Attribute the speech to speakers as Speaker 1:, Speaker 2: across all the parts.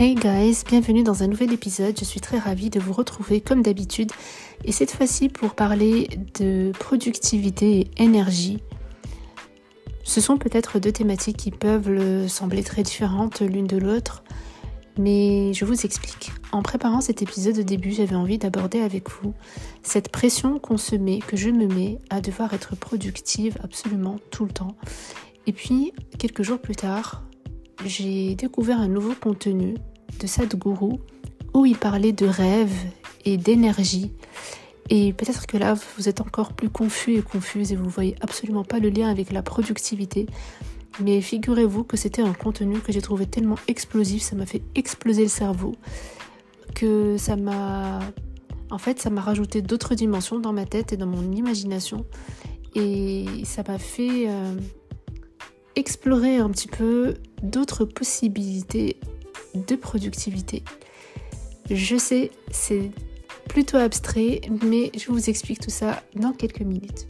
Speaker 1: Hey guys, bienvenue dans un nouvel épisode. Je suis très ravie de vous retrouver comme d'habitude et cette fois-ci pour parler de productivité et énergie. Ce sont peut-être deux thématiques qui peuvent sembler très différentes l'une de l'autre, mais je vous explique. En préparant cet épisode au début, j'avais envie d'aborder avec vous cette pression qu'on se met, que je me mets à devoir être productive absolument tout le temps. Et puis, quelques jours plus tard, j'ai découvert un nouveau contenu de Sadhguru où il parlait de rêve et d'énergie. Et peut-être que là, vous êtes encore plus confus et confuse et vous voyez absolument pas le lien avec la productivité. Mais figurez-vous que c'était un contenu que j'ai trouvé tellement explosif, ça m'a fait exploser le cerveau, que ça m'a rajouté d'autres dimensions dans ma tête et dans mon imagination. Et ça m'a fait explorer un petit peu d'autres possibilités de productivité. Je sais, c'est plutôt abstrait, mais je vous explique tout ça dans quelques minutes.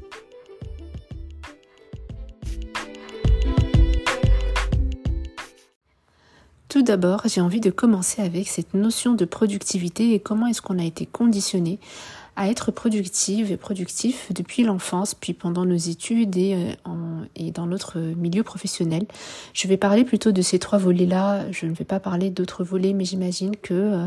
Speaker 1: Tout d'abord, j'ai envie de commencer avec cette notion de productivité et comment est-ce qu'on a été conditionné à être productive et productif depuis l'enfance, puis pendant nos études et dans notre milieu professionnel. Je vais parler plutôt de ces trois volets-là, je ne vais pas parler d'autres volets, mais j'imagine que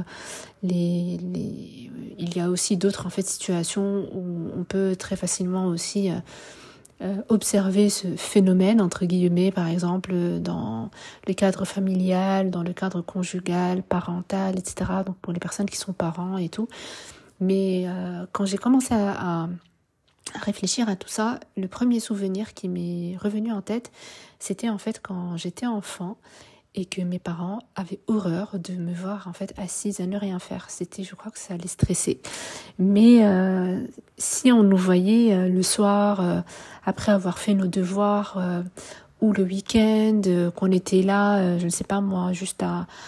Speaker 1: il y a aussi d'autres situations où on peut très facilement aussi observer ce phénomène, entre guillemets, par exemple dans le cadre familial, dans le cadre conjugal, parental, etc. Donc pour les personnes qui sont parents et tout. Mais quand j'ai commencé à réfléchir à tout ça, le premier souvenir qui m'est revenu en tête, c'était en fait quand j'étais enfant et que mes parents avaient horreur de me voir en fait assise à ne rien faire. Je crois que ça allait stresser. Mais si on nous voyait le soir, après avoir fait nos devoirs, ou le week-end, qu'on était là, je ne sais pas moi, juste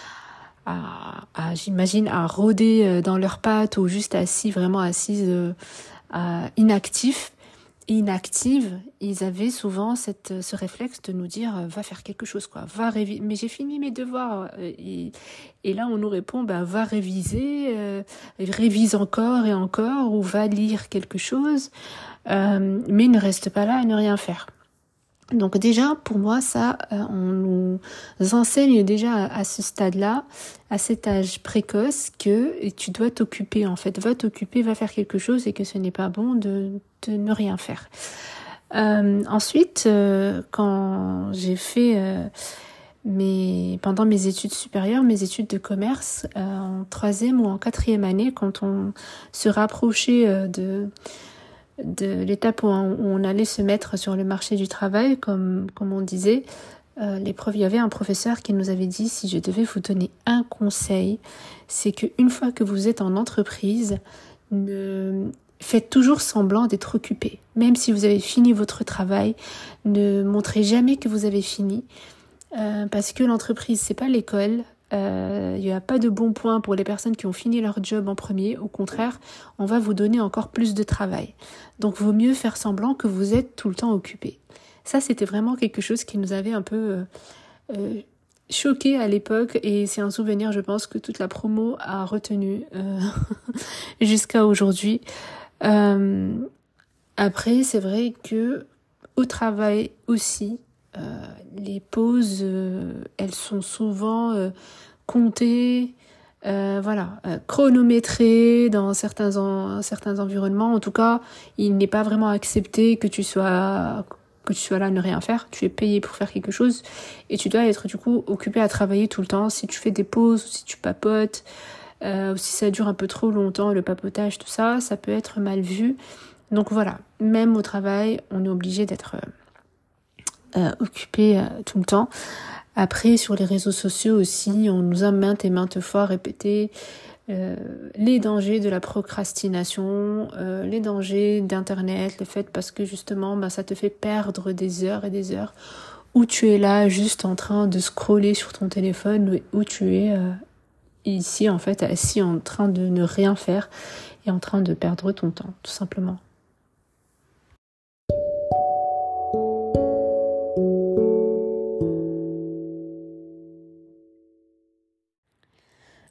Speaker 1: j'imagine, à rôder dans leurs pattes ou juste vraiment assises inactives, ils avaient souvent ce réflexe de nous dire va faire quelque chose, quoi, va réviser, mais j'ai fini mes devoirs, et là on nous répond va réviser, révise encore et encore, ou va lire quelque chose, mais ne reste pas là à ne rien faire. Donc déjà, pour moi, ça, on nous enseigne déjà à ce stade-là, à cet âge précoce, que tu dois t'occuper, en fait. Va t'occuper, va faire quelque chose et que ce n'est pas bon de ne rien faire. Ensuite, quand j'ai fait pendant mes études supérieures, mes études de commerce, en 3e ou en 4e année, quand on se rapprochait de l'étape où on allait se mettre sur le marché du travail, comme on disait, il y avait un professeur qui nous avait dit, si je devais vous donner un conseil, c'est qu'une fois que vous êtes en entreprise, faites toujours semblant d'être occupé. Même si vous avez fini votre travail, ne montrez jamais que vous avez fini, parce que l'entreprise, c'est pas l'école. Il n'y a pas de bons points pour les personnes qui ont fini leur job en premier. Au contraire, on va vous donner encore plus de travail. Donc, vaut mieux faire semblant que vous êtes tout le temps occupé. Ça, c'était vraiment quelque chose qui nous avait un peu choqué à l'époque. Et c'est un souvenir, je pense, que toute la promo a retenu jusqu'à aujourd'hui. Après, c'est vrai que au travail aussi, les pauses, elles sont souvent comptées, chronométrées dans certains environnements. En tout cas, il n'est pas vraiment accepté que tu sois là à ne rien faire. Tu es payé pour faire quelque chose et tu dois être du coup occupé à travailler tout le temps. Si tu fais des pauses, ou si tu papotes, ou si ça dure un peu trop longtemps, le papotage, tout ça, ça peut être mal vu. Donc voilà, même au travail, on est obligé d'être occupé tout le temps. Après, sur les réseaux sociaux aussi, on nous a maintes et maintes fois répété les dangers de la procrastination, les dangers d'Internet, le fait parce que justement, ça te fait perdre des heures et des heures où tu es là juste en train de scroller sur ton téléphone, où tu es ici en fait assis en train de ne rien faire et en train de perdre ton temps, tout simplement.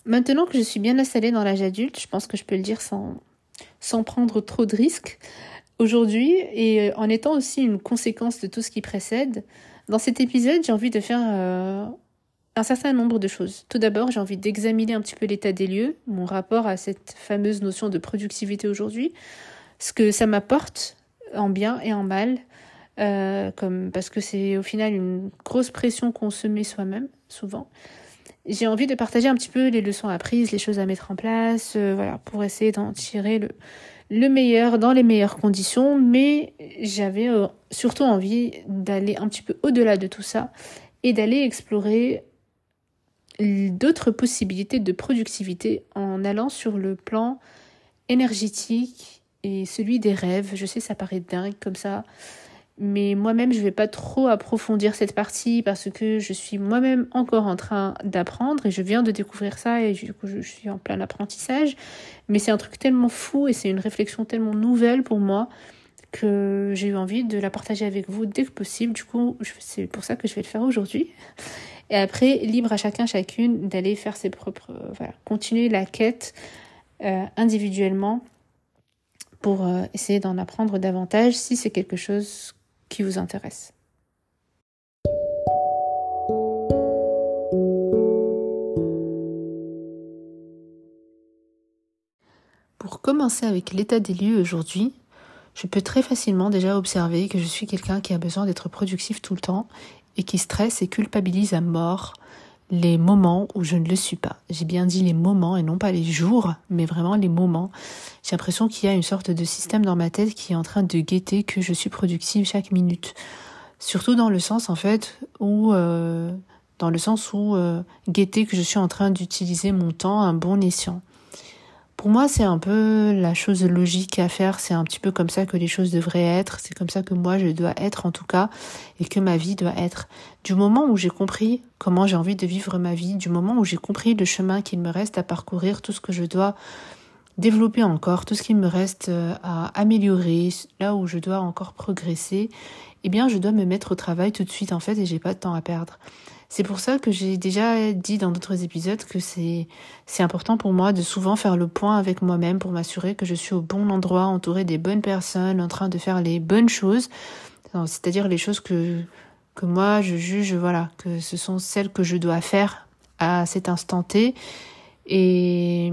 Speaker 1: Maintenant que je suis bien installée dans l'âge adulte, je pense que je peux le dire sans prendre trop de risques aujourd'hui, et en étant aussi une conséquence de tout ce qui précède, dans cet épisode, j'ai envie de faire un certain nombre de choses. Tout d'abord, j'ai envie d'examiner un petit peu l'état des lieux, mon rapport à cette fameuse notion de productivité aujourd'hui, ce que ça m'apporte en bien et en mal, parce que c'est au final une grosse pression qu'on se met soi-même, souvent. J'ai envie de partager un petit peu les leçons apprises, les choses à mettre en place, pour essayer d'en tirer le meilleur dans les meilleures conditions, mais j'avais surtout envie d'aller un petit peu au-delà de tout ça et d'aller explorer d'autres possibilités de productivité en allant sur le plan énergétique et celui des rêves. Je sais, ça paraît dingue comme ça, mais moi-même, je ne vais pas trop approfondir cette partie parce que je suis moi-même encore en train d'apprendre et je viens de découvrir ça et du coup, je suis en plein apprentissage. Mais c'est un truc tellement fou et c'est une réflexion tellement nouvelle pour moi que j'ai eu envie de la partager avec vous dès que possible. Du coup, c'est pour ça que je vais le faire aujourd'hui. Et après, libre à chacune d'aller faire ses propres... continuer la quête individuellement pour essayer d'en apprendre davantage si c'est quelque chose qui vous intéresse. Pour commencer avec l'état des lieux aujourd'hui, je peux très facilement déjà observer que je suis quelqu'un qui a besoin d'être productif tout le temps et qui stresse et culpabilise à mort les moments où je ne le suis pas. J'ai bien dit les moments et non pas les jours, mais vraiment les moments. J'ai l'impression qu'il y a une sorte de système dans ma tête qui est en train de guetter que je suis productive chaque minute. Surtout dans le sens où guetter que je suis en train d'utiliser mon temps à un bon escient. Pour moi, c'est un peu la chose logique à faire, c'est un petit peu comme ça que les choses devraient être, c'est comme ça que moi je dois être en tout cas, et que ma vie doit être. Du moment où j'ai compris comment j'ai envie de vivre ma vie, du moment où j'ai compris le chemin qu'il me reste à parcourir, tout ce que je dois développer encore, tout ce qu'il me reste à améliorer, là où je dois encore progresser, eh bien je dois me mettre au travail tout de suite en fait et j'ai pas de temps à perdre. C'est pour ça que j'ai déjà dit dans d'autres épisodes que c'est important pour moi de souvent faire le point avec moi-même pour m'assurer que je suis au bon endroit, entourée des bonnes personnes, en train de faire les bonnes choses, c'est-à-dire les choses que moi je juge, que ce sont celles que je dois faire à cet instant T. Et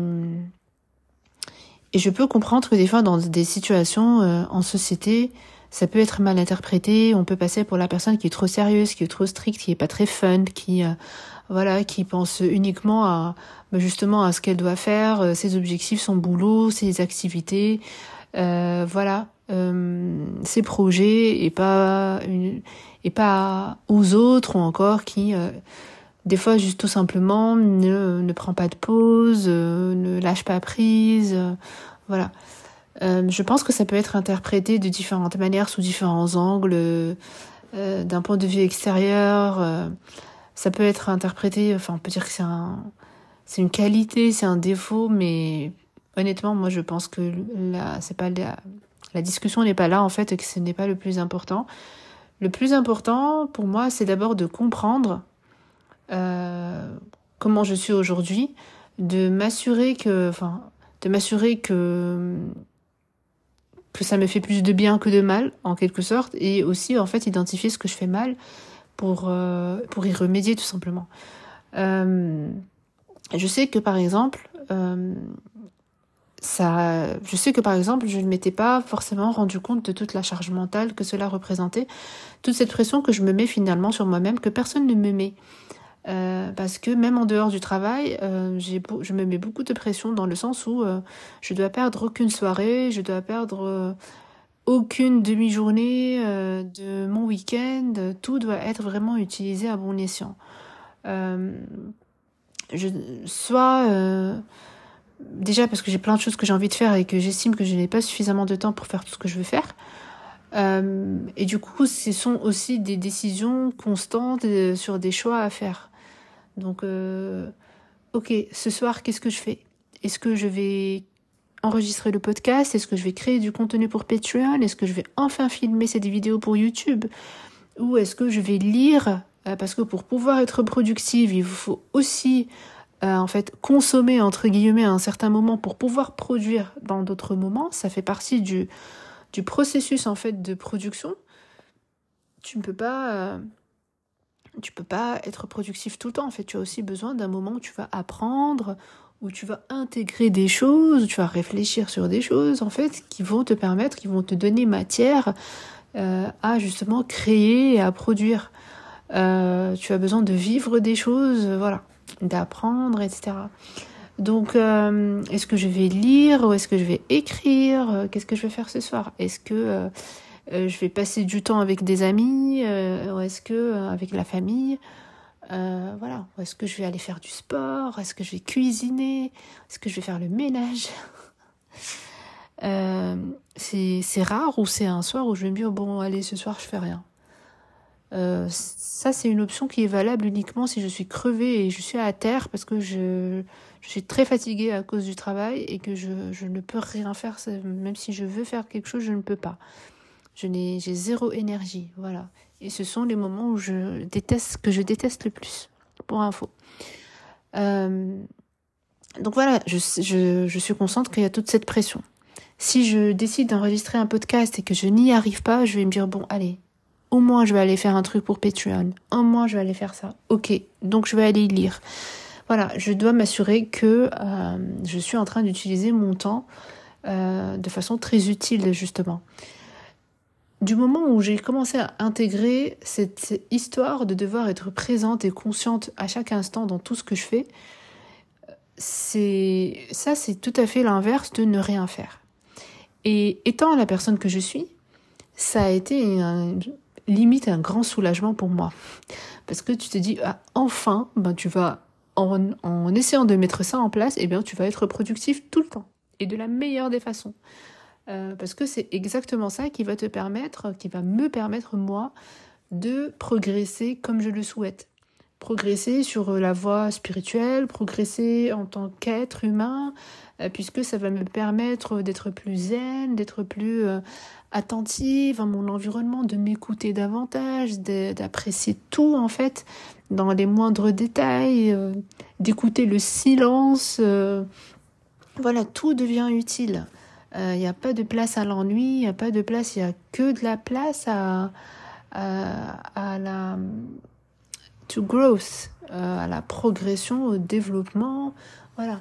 Speaker 1: je peux comprendre que des fois dans des situations en société, ça peut être mal interprété, on peut passer pour la personne qui est trop sérieuse, qui est trop stricte, qui est pas très fun, qui pense uniquement à ce qu'elle doit faire, ses objectifs, son boulot, ses activités, ses projets et pas aux autres, ou encore qui des fois juste tout simplement ne prend pas de pause, ne lâche pas prise, voilà. Je pense que ça peut être interprété de différentes manières, sous différents angles, d'un point de vue extérieur. Ça peut être interprété, on peut dire que c'est une qualité, c'est un défaut, mais honnêtement, moi je pense que la discussion n'est pas là en fait, et que ce n'est pas le plus important. Le plus important pour moi, c'est d'abord de comprendre comment je suis aujourd'hui, de m'assurer que ça me fait plus de bien que de mal, en quelque sorte, et aussi, en fait, identifier ce que je fais mal pour y remédier, tout simplement. Je sais que, par exemple, je ne m'étais pas forcément rendu compte de toute la charge mentale que cela représentait, toute cette pression que je me mets finalement sur moi-même, que personne ne me met. Parce que même en dehors du travail, je me mets beaucoup de pression dans le sens où je dois perdre aucune soirée, je dois perdre aucune demi-journée de mon week-end, tout doit être vraiment utilisé à bon escient. Déjà parce que j'ai plein de choses que j'ai envie de faire et que j'estime que je n'ai pas suffisamment de temps pour faire tout ce que je veux faire. Et du coup, ce sont aussi des décisions constantes sur des choix à faire. Donc, ok, ce soir, qu'est-ce que je fais ? Est-ce que je vais enregistrer le podcast ? Est-ce que je vais créer du contenu pour Patreon ? Est-ce que je vais enfin filmer cette vidéo pour YouTube ? Ou est-ce que je vais lire ? Parce que pour pouvoir être productive, il vous faut aussi en fait, consommer, entre guillemets, à un certain moment pour pouvoir produire dans d'autres moments, ça fait partie du processus, en fait, de production. Tu ne peux pas... tu peux pas être productif tout le temps. En fait, tu as aussi besoin d'un moment où tu vas apprendre, où tu vas intégrer des choses, où tu vas réfléchir sur des choses, en fait, qui vont te permettre, qui vont te donner matière à justement créer et à produire. Tu as besoin de vivre des choses, voilà, d'apprendre, etc. Donc, est-ce que je vais lire ou est-ce que je vais écrire? Qu'est-ce que je vais faire ce soir? Est-ce que je vais passer du temps avec des amis ou est-ce que avec la famille? Voilà. Ou est-ce que je vais aller faire du sport? Est-ce que je vais cuisiner? Est-ce que je vais faire le ménage? C'est rare ou c'est un soir où je vais me dire bon allez ce soir je fais rien. Ça c'est une option qui est valable uniquement si je suis crevée et je suis à terre parce que je suis très fatiguée à cause du travail et que je ne peux rien faire, même si je veux faire quelque chose je ne peux pas. J'ai zéro énergie, voilà. Et ce sont les moments où je déteste le plus, pour info. Donc voilà, je suis consciente qu'il y a toute cette pression. Si je décide d'enregistrer un podcast et que je n'y arrive pas, je vais me dire, bon, allez, au moins je vais aller faire un truc pour Patreon. Au moins je vais aller faire ça. Ok, donc je vais aller lire. Voilà, je dois m'assurer que je suis en train d'utiliser mon temps de façon très utile, justement. Du moment où j'ai commencé à intégrer cette histoire de devoir être présente et consciente à chaque instant dans tout ce que je fais, c'est tout à fait l'inverse de ne rien faire. Et étant la personne que je suis, ça a été limite un grand soulagement pour moi. Parce que tu te dis, ah, enfin, tu vas, en essayant de mettre ça en place, tu vas être productif tout le temps. Et de la meilleure des façons. Parce que c'est exactement ça qui va me permettre, moi, de progresser comme je le souhaite. Progresser sur la voie spirituelle, progresser en tant qu'être humain, puisque ça va me permettre d'être plus zen, d'être plus attentive à mon environnement, de m'écouter davantage, d'apprécier tout, en fait, dans les moindres détails, d'écouter le silence. Voilà, tout devient utile. Il n'y a pas de place à l'ennui, il n'y a pas de place, il n'y a que de la place à la to growth, à la progression, au développement, voilà.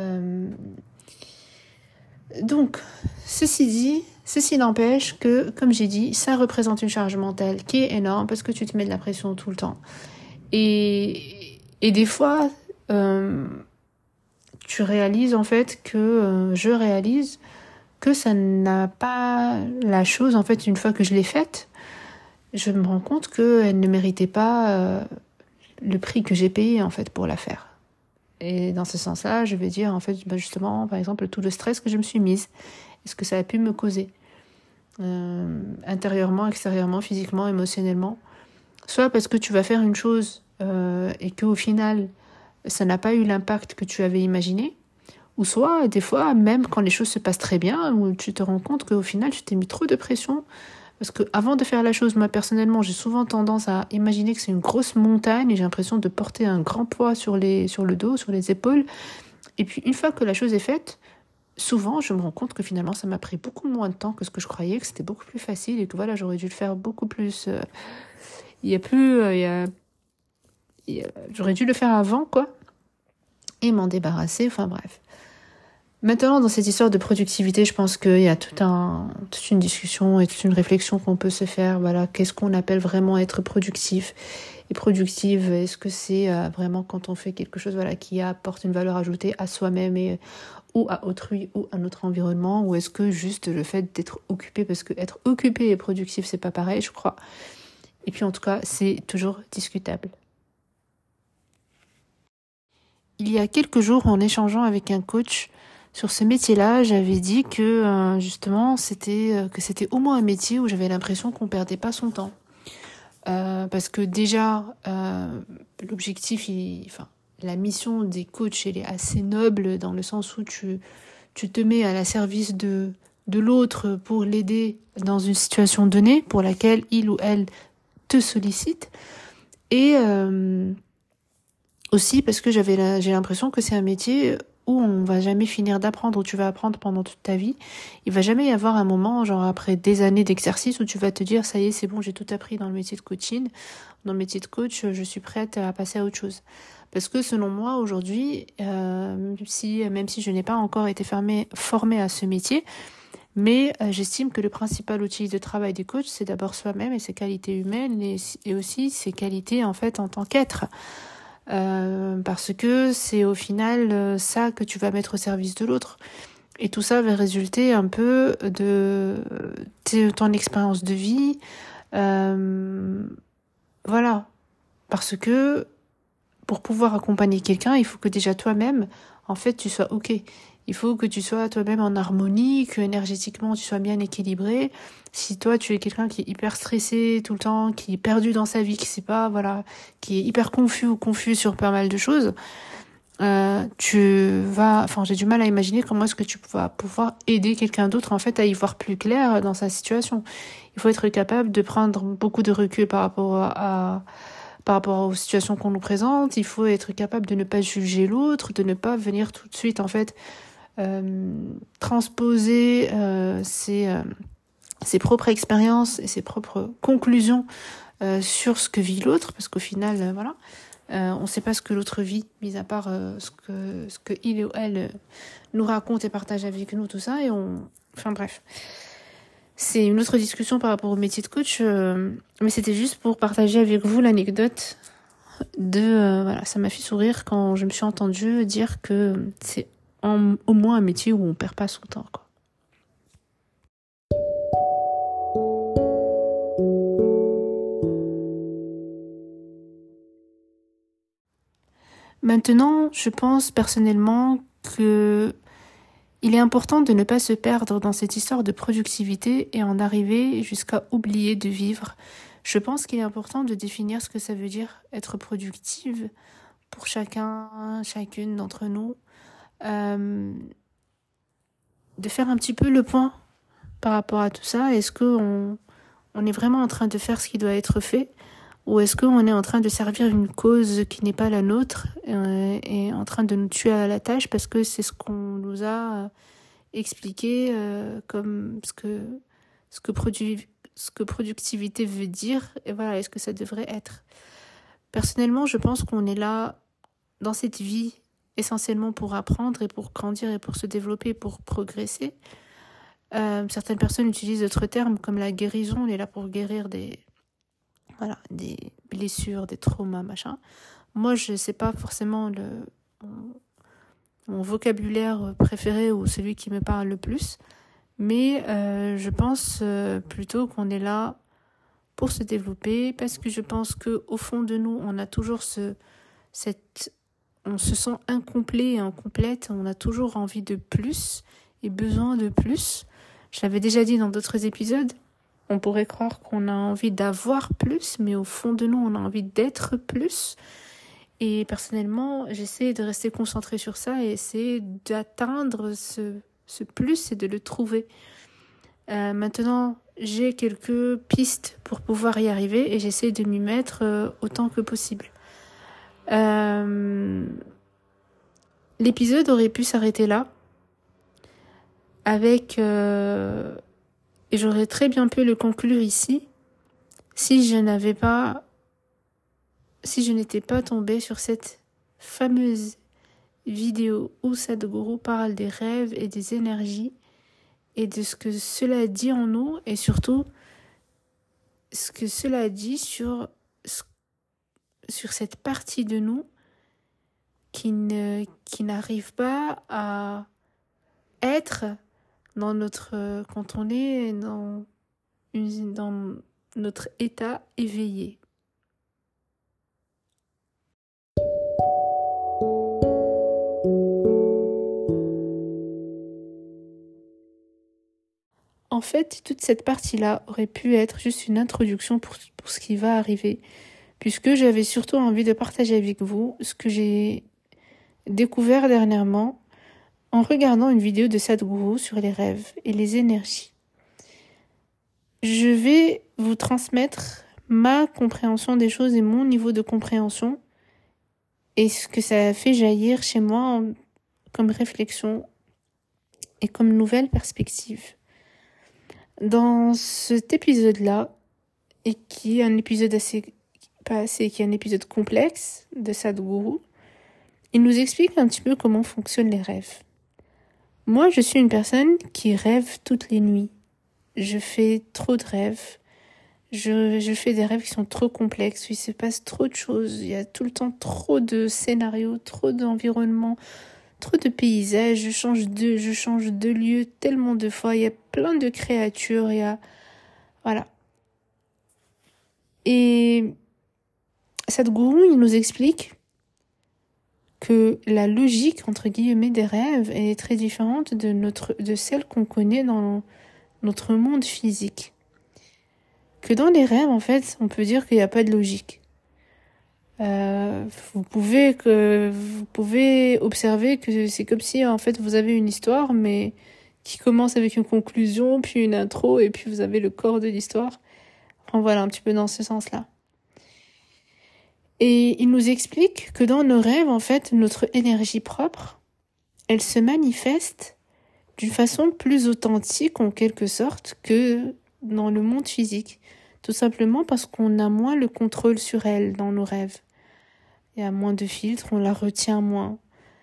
Speaker 1: Donc, ceci n'empêche que, comme j'ai dit, ça représente une charge mentale qui est énorme parce que tu te mets de la pression tout le temps. Et des fois, tu réalises en fait que je réalise que ça n'a pas la chose, en fait, une fois que je l'ai faite, je me rends compte qu'elle ne méritait pas le prix que j'ai payé, en fait, pour la faire. Et dans ce sens-là, je vais dire, en fait, justement, par exemple, tout le stress que je me suis mise, est-ce que ça a pu me causer intérieurement, extérieurement, physiquement, émotionnellement, soit parce que tu vas faire une chose et qu'au final, ça n'a pas eu l'impact que tu avais imaginé, ou soit, des fois, même quand les choses se passent très bien, où tu te rends compte qu'au final, tu t'es mis trop de pression. Parce que avant de faire la chose, moi, personnellement, j'ai souvent tendance à imaginer que c'est une grosse montagne et j'ai l'impression de porter un grand poids sur le dos, sur les épaules. Et puis, une fois que la chose est faite, souvent, je me rends compte que finalement, ça m'a pris beaucoup moins de temps que ce que je croyais, que c'était beaucoup plus facile et que voilà, j'aurais dû le faire beaucoup plus... j'aurais dû le faire avant, quoi. Et m'en débarrasser, enfin bref. Maintenant, dans cette histoire de productivité, je pense qu'il y a toute une discussion et toute une réflexion qu'on peut se faire. Voilà, qu'est-ce qu'on appelle vraiment être productif? Et productive, est-ce que c'est vraiment quand on fait quelque chose, voilà, qui apporte une valeur ajoutée à soi-même ou à autrui ou à notre environnement, ou est-ce que juste le fait d'être occupé, parce que être occupé et productif, c'est pas pareil, je crois. Et puis en tout cas, c'est toujours discutable. Il y a quelques jours, en échangeant avec un coach sur ce métier-là, j'avais dit que justement, c'était au moins un métier où j'avais l'impression qu'on perdait pas son temps. Parce que déjà, l'objectif, la mission des coachs, elle est assez noble dans le sens où tu te mets à la service de l'autre pour l'aider dans une situation donnée pour laquelle il ou elle te sollicite. Et Aussi parce que j'ai l'impression que c'est un métier où on va jamais finir d'apprendre, où tu vas apprendre pendant toute ta vie. Il va jamais y avoir un moment, genre après des années d'exercice, où tu vas te dire, ça y est, c'est bon, j'ai tout appris dans le métier de coaching. Dans le métier de coach, je suis prête à passer à autre chose. Parce que selon moi, aujourd'hui, même si je n'ai pas encore été formée à ce métier, mais j'estime que le principal outil de travail du coach, c'est d'abord soi-même et ses qualités humaines et aussi ses qualités en fait en tant qu'être. Parce que c'est au final ça que tu vas mettre au service de l'autre. Et tout ça va résulter un peu de ton expérience de vie. Voilà. Parce que pour pouvoir accompagner quelqu'un, il faut que déjà toi-même, en fait, tu sois OK. Il faut que tu sois toi-même en harmonie, que énergétiquement tu sois bien équilibré. Si toi tu es quelqu'un qui est hyper stressé tout le temps, qui est perdu dans sa vie, qui sait pas, voilà, qui est hyper confus ou confus sur pas mal de choses, j'ai du mal à imaginer comment est-ce que tu vas pouvoir aider quelqu'un d'autre en fait à y voir plus clair dans sa situation. Il faut être capable de prendre beaucoup de recul par rapport aux situations qu'on nous présente. Il faut être capable de ne pas juger l'autre, de ne pas venir tout de suite en fait transposer ses propres expériences et ses propres conclusions sur ce que vit l'autre, parce qu'au final, on ne sait pas ce que l'autre vit, mis à part ce que il ou elle nous raconte et partage avec nous, tout ça, enfin bref. C'est une autre discussion par rapport au métier de coach, mais c'était juste pour partager avec vous l'anecdote ça m'a fait sourire quand je me suis entendue dire que c'est au moins un métier où on perd pas son temps, quoi. Maintenant, je pense personnellement que il est important de ne pas se perdre dans cette histoire de productivité et en arriver jusqu'à oublier de vivre. Je pense qu'il est important de définir ce que ça veut dire être productive pour chacune d'entre nous. De faire un petit peu le point par rapport à tout ça. Est-ce qu'on est vraiment en train de faire ce qui doit être fait, ou est-ce qu'on est en train de servir une cause qui n'est pas la nôtre et en train de nous tuer à la tâche parce que c'est ce qu'on nous a expliqué comme ce que productivité veut dire, et voilà, est-ce que ça devrait être. Personnellement, je pense qu'on est là dans cette vie essentiellement pour apprendre et pour grandir et pour se développer, pour progresser. Certaines personnes utilisent d'autres termes comme la guérison. On est là pour guérir des blessures, des traumas, machin. Moi, je sais pas forcément mon vocabulaire préféré ou celui qui me parle le plus, mais je pense plutôt qu'on est là pour se développer, parce que je pense que au fond de nous, on a toujours on se sent incomplet et incomplète, on a toujours envie de plus et besoin de plus. Je l'avais déjà dit dans d'autres épisodes, on pourrait croire qu'on a envie d'avoir plus, mais au fond de nous, on a envie d'être plus. Et personnellement, j'essaie de rester concentrée sur ça et essayer d'atteindre ce plus et de le trouver. Maintenant, j'ai quelques pistes pour pouvoir y arriver et j'essaie de m'y mettre autant que possible. L'épisode aurait pu s'arrêter là avec et j'aurais très bien pu le conclure ici si je n'étais pas tombée sur cette fameuse vidéo où Sadhguru parle des rêves et des énergies et de ce que cela dit en nous, et surtout ce que cela dit sur cette partie de nous qui n'arrive pas à être quand on est dans notre état éveillé. En fait, toute cette partie-là aurait pu être juste une introduction pour ce qui va arriver, puisque j'avais surtout envie de partager avec vous ce que j'ai découvert dernièrement en regardant une vidéo de Sadhguru sur les rêves et les énergies. Je vais vous transmettre ma compréhension des choses et mon niveau de compréhension et ce que ça a fait jaillir chez moi comme réflexion et comme nouvelle perspective. Dans cet épisode-là, et qui est un épisode qui est un épisode complexe de Sadhguru, il nous explique un petit peu comment fonctionnent les rêves. Moi, je suis une personne qui rêve toutes les nuits. Je fais trop de rêves. Je fais des rêves qui sont trop complexes, où il se passe trop de choses. Il y a tout le temps trop de scénarios, trop d'environnements, trop de paysages. Je change de lieu tellement de fois. Il y a plein de créatures. Voilà. Et Sadhguru, il nous explique que la logique, entre guillemets, des rêves est très différente de celle qu'on connaît dans notre monde physique. Que dans les rêves, en fait, on peut dire qu'il n'y a pas de logique. Vous pouvez observer que c'est comme si, en fait, vous avez une histoire, mais qui commence avec une conclusion, puis une intro, et puis vous avez le corps de l'histoire. Enfin, voilà, un petit peu dans ce sens-là. Et il nous explique que dans nos rêves, en fait, notre énergie propre, elle se manifeste d'une façon plus authentique, en quelque sorte, que dans le monde physique. Tout simplement parce qu'on a moins le contrôle sur elle dans nos rêves. Il y a moins de filtres, on la retient moins.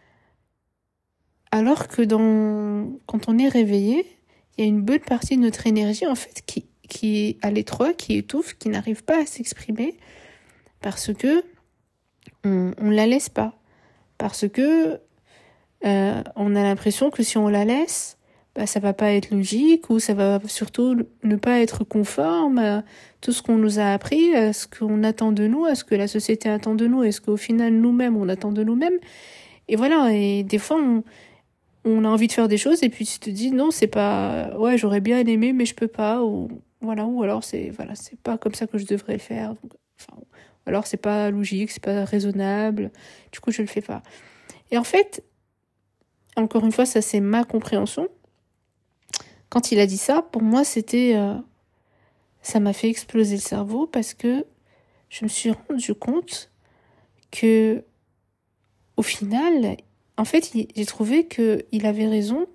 Speaker 1: Alors que quand on est réveillé, il y a une bonne partie de notre énergie, en fait, qui est à l'étroit, qui étouffe, qui n'arrive pas à s'exprimer, parce que on la laisse pas. Parce que on a l'impression que si on la laisse, ça va pas être logique, ou ça va surtout ne pas être conforme à tout ce qu'on nous a appris, à ce qu'on attend de nous, à ce que la société attend de nous, et ce qu'au final nous-mêmes on attend de nous-mêmes. Et voilà, et des fois on a envie de faire des choses et puis tu te dis non, c'est pas, ouais, j'aurais bien aimé mais je peux pas, ou voilà, ou alors c'est pas comme ça que je devrais le faire. Donc, alors c'est pas logique, c'est pas raisonnable, du coup je le fais pas. Et en fait, encore une fois, ça c'est ma compréhension. Quand il a dit ça, pour moi c'était, ça m'a fait exploser le cerveau parce que je me suis rendu compte que au final, en fait, j'ai trouvé qu'il avait raison,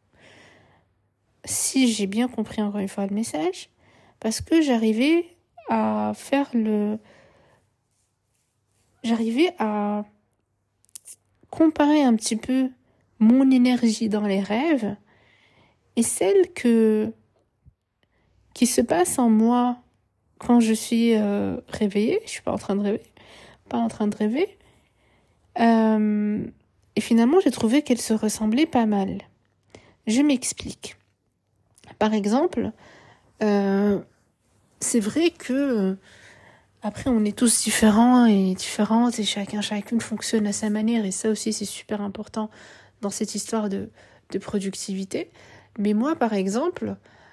Speaker 1: si j'ai bien compris encore une fois le message, parce que j'arrivais à comparer un petit peu mon énergie dans les rêves et celle qui se passe en moi quand je suis réveillée. Je suis pas en train de rêver. Et finalement, j'ai trouvé qu'elles se ressemblaient pas mal. Je m'explique. Par exemple, c'est vrai que après on est tous différents et différentes et chacune fonctionne à sa manière, et ça aussi c'est super important dans cette histoire de productivité. Mais moi par exemple,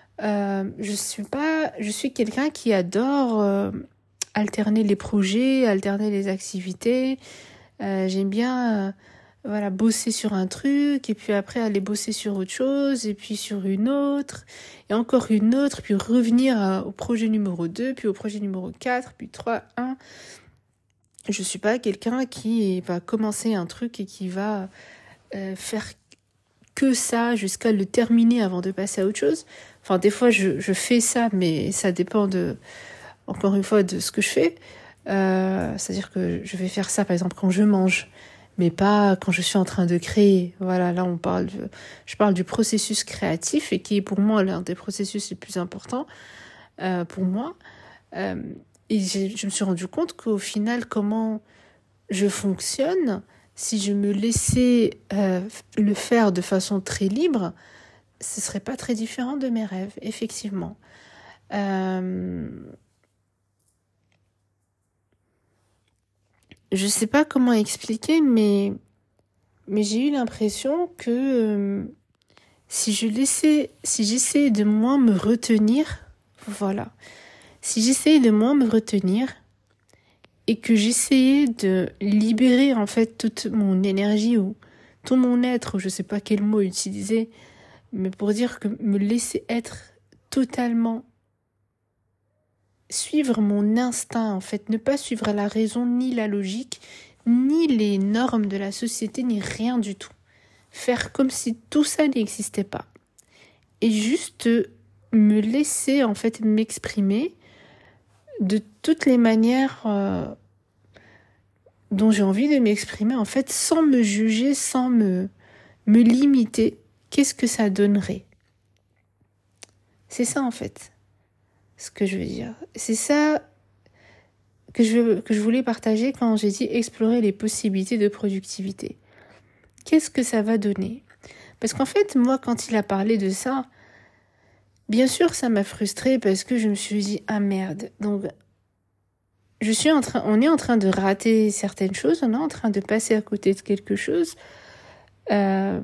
Speaker 1: je suis quelqu'un qui adore alterner les projets, alterner les activités. J'aime bien bosser sur un truc et puis après aller bosser sur autre chose et puis sur une autre et encore une autre, puis revenir au projet numéro 2, puis au projet numéro 4, puis 3, 1. Je suis pas quelqu'un qui va commencer un truc et qui va faire que ça jusqu'à le terminer avant de passer à autre chose. Enfin, des fois je fais ça, mais ça dépend encore une fois de ce que je fais. C'est-à-dire que je vais faire ça par exemple quand je mange, mais pas quand je suis en train de créer. Voilà, là je parle du processus créatif et qui est pour moi l'un des processus les plus importants pour moi. Et je me suis rendu compte qu'au final, comment je fonctionne, si je me laissais le faire de façon très libre, ce serait pas très différent de mes rêves, effectivement. Je sais pas comment expliquer, mais j'ai eu l'impression que si j'essayais de moins me retenir, voilà, si j'essayais de moins me retenir et que j'essayais de libérer en fait toute mon énergie ou tout mon être, ou je sais pas quel mot utiliser, mais pour dire que me laisser être totalement, suivre mon instinct en fait, ne pas suivre la raison ni la logique, ni les normes de la société, ni rien du tout. Faire comme si tout ça n'existait pas. Et juste me laisser en fait m'exprimer de toutes les manières dont j'ai envie de m'exprimer, en fait, sans me juger, sans me limiter. Qu'est-ce que ça donnerait? C'est ça, en fait, ce que je veux dire. C'est ça que je voulais partager quand j'ai dit explorer les possibilités de productivité. Qu'est-ce que ça va donner? Parce qu'en fait, moi, quand il a parlé de ça, bien sûr, ça m'a frustrée parce que je me suis dit, ah merde, donc on est en train de rater certaines choses, on est en train de passer à côté de quelque chose. On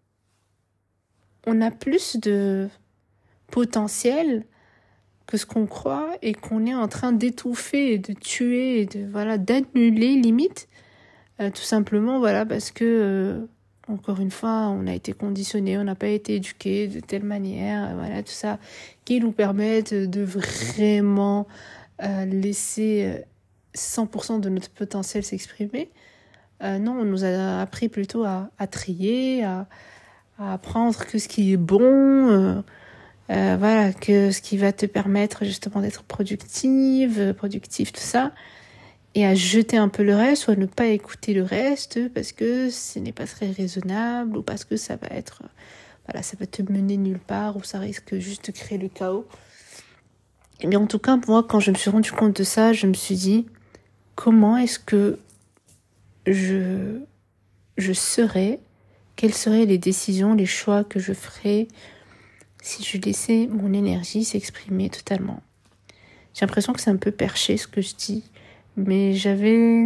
Speaker 1: a plus de potentiel que ce qu'on croit et qu'on est en train d'étouffer et de tuer et d'annuler limite, tout simplement parce que encore une fois on a été conditionné, on n'a pas été éduqué de telle manière, tout ça qui nous permettent de vraiment laisser 100% de notre potentiel s'exprimer. Non, on nous a appris plutôt à trier, à apprendre que ce qui est bon, que ce qui va te permettre justement d'être productif, tout ça, et à jeter un peu le reste, ou à ne pas écouter le reste, parce que ce n'est pas très raisonnable, ou parce que ça va être, ça va te mener nulle part, ou ça risque juste de créer le chaos. Et bien en tout cas, moi, quand je me suis rendu compte de ça, je me suis dit, comment est-ce que je serais, quelles seraient les décisions, les choix que je ferais si je laissais mon énergie s'exprimer totalement. J'ai l'impression que c'est un peu perché ce que je dis, mais j'avais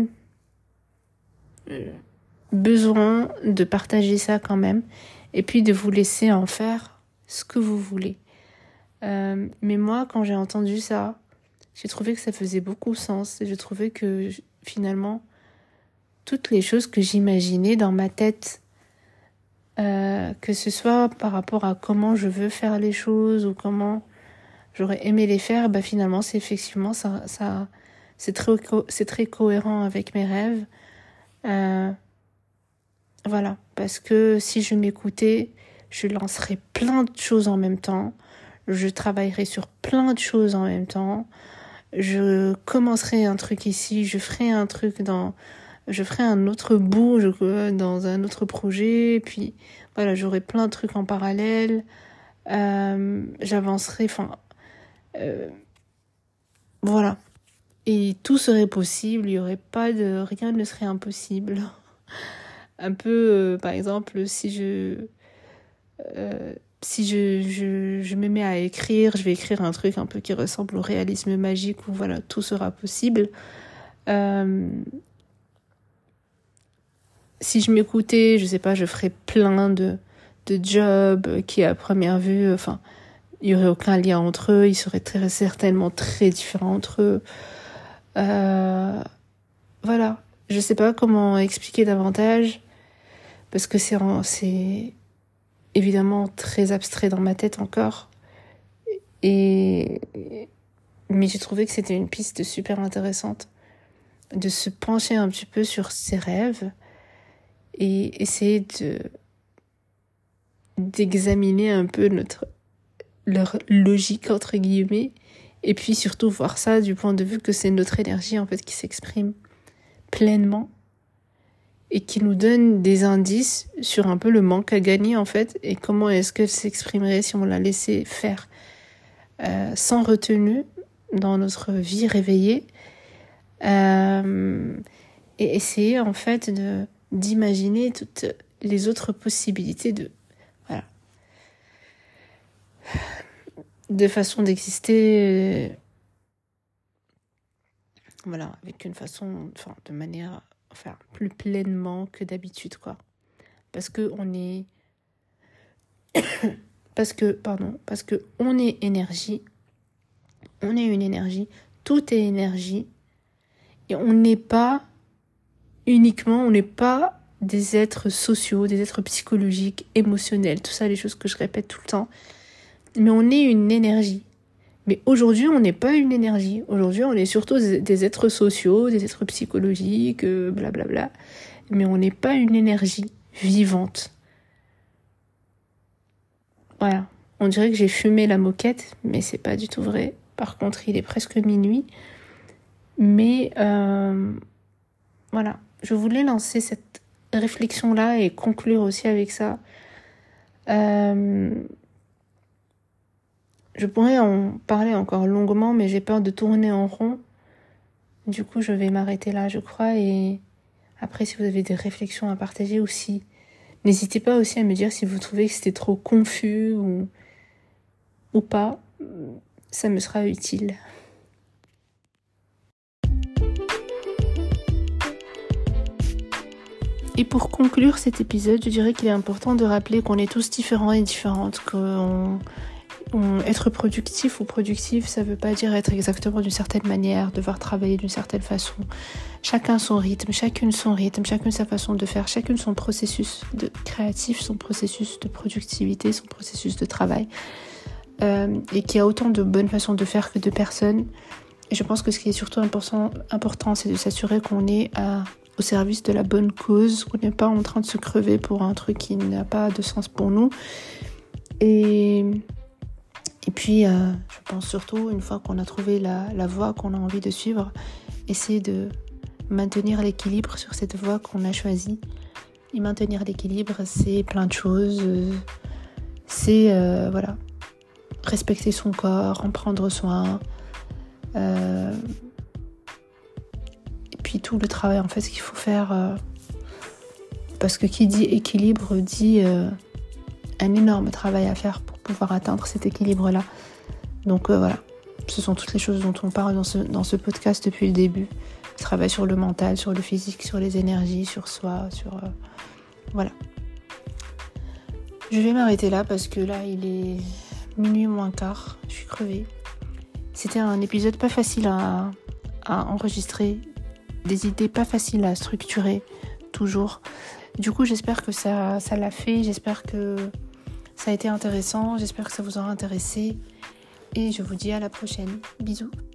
Speaker 1: besoin de partager ça quand même, et puis de vous laisser en faire ce que vous voulez. Mais moi, quand j'ai entendu ça, j'ai trouvé que ça faisait beaucoup sens, et je trouvais que finalement, toutes les choses que j'imaginais dans ma tête, que ce soit par rapport à comment je veux faire les choses ou comment j'aurais aimé les faire, finalement c'est effectivement c'est très cohérent avec mes rêves. Parce que si je m'écoutais, je lancerais plein de choses en même temps, je travaillerais sur plein de choses en même temps, je commencerai un truc ici, je ferai un truc je ferai un autre bout dans un autre projet, puis j'aurai plein de trucs en parallèle, j'avancerai, et tout serait possible, il y aurait pas rien ne serait impossible. Un peu, par exemple, si je me mets à écrire, je vais écrire un truc un peu qui ressemble au réalisme magique où tout sera possible. Si je m'écoutais, je sais pas, je ferais plein de jobs qui à première vue, il y aurait aucun lien entre eux, ils seraient très certainement très différents entre eux. Je sais pas comment expliquer davantage parce que c'est évidemment très abstrait dans ma tête encore. Mais j'ai trouvé que c'était une piste super intéressante de se pencher un petit peu sur ses rêves et essayer d'examiner un peu leur logique entre guillemets, et puis surtout voir ça du point de vue que c'est notre énergie en fait qui s'exprime pleinement et qui nous donne des indices sur un peu le manque à gagner en fait, et comment est-ce qu'elle s'exprimerait si on la laissait faire sans retenue dans notre vie réveillée, et essayer en fait d'imaginer toutes les autres possibilités de façon d'exister, avec une façon, de manière, plus pleinement que d'habitude, quoi. Parce que on est énergie, on est une énergie, tout est énergie, et on n'est pas des êtres sociaux, des êtres psychologiques, émotionnels, tout ça, les choses que je répète tout le temps, mais on est une énergie. Mais aujourd'hui, on n'est pas une énergie. Aujourd'hui, on est surtout des êtres sociaux, des êtres psychologiques, blablabla. Mais on n'est pas une énergie vivante. Voilà. On dirait que j'ai fumé la moquette, mais c'est pas du tout vrai. Par contre, il est presque minuit. Mais voilà. Je voulais lancer cette réflexion-là et conclure aussi avec ça. Je pourrais en parler encore longuement, mais j'ai peur de tourner en rond. Du coup, je vais m'arrêter là, je crois. Et après, si vous avez des réflexions à partager aussi, n'hésitez pas aussi à me dire si vous trouvez que c'était trop confus ou pas. Ça me sera utile. Et pour conclure cet épisode, je dirais qu'il est important de rappeler qu'on est tous différents et différentes, être productif ou productive, ça veut pas dire être exactement d'une certaine manière, devoir travailler d'une certaine façon. Chacun son rythme, chacune sa façon de faire, chacune son processus de créatif, son processus de productivité, son processus de travail. Et qu'il y a autant de bonnes façons de faire que de personnes. Et je pense que ce qui est surtout important, c'est de s'assurer qu'on est au service de la bonne cause, qu'on n'est pas en train de se crever pour un truc qui n'a pas de sens pour nous. Et puis, je pense surtout, une fois qu'on a trouvé la voie qu'on a envie de suivre, essayer de maintenir l'équilibre sur cette voie qu'on a choisie. Et maintenir l'équilibre, c'est plein de choses. C'est, respecter son corps, en prendre soin. Et puis tout le travail, en fait, ce qu'il faut faire. Parce que qui dit équilibre dit un énorme travail à faire pour pouvoir atteindre cet équilibre-là. Donc voilà, ce sont toutes les choses dont on parle dans ce podcast depuis le début. Le travail sur le mental, sur le physique, sur les énergies, sur soi, voilà. Je vais m'arrêter là parce que là, il est minuit moins quart, je suis crevée. C'était un épisode pas facile à enregistrer, des idées pas faciles à structurer, toujours. Du coup, j'espère que ça l'a fait, j'espère que ça a été intéressant, j'espère que ça vous aura intéressé et je vous dis à la prochaine. Bisous.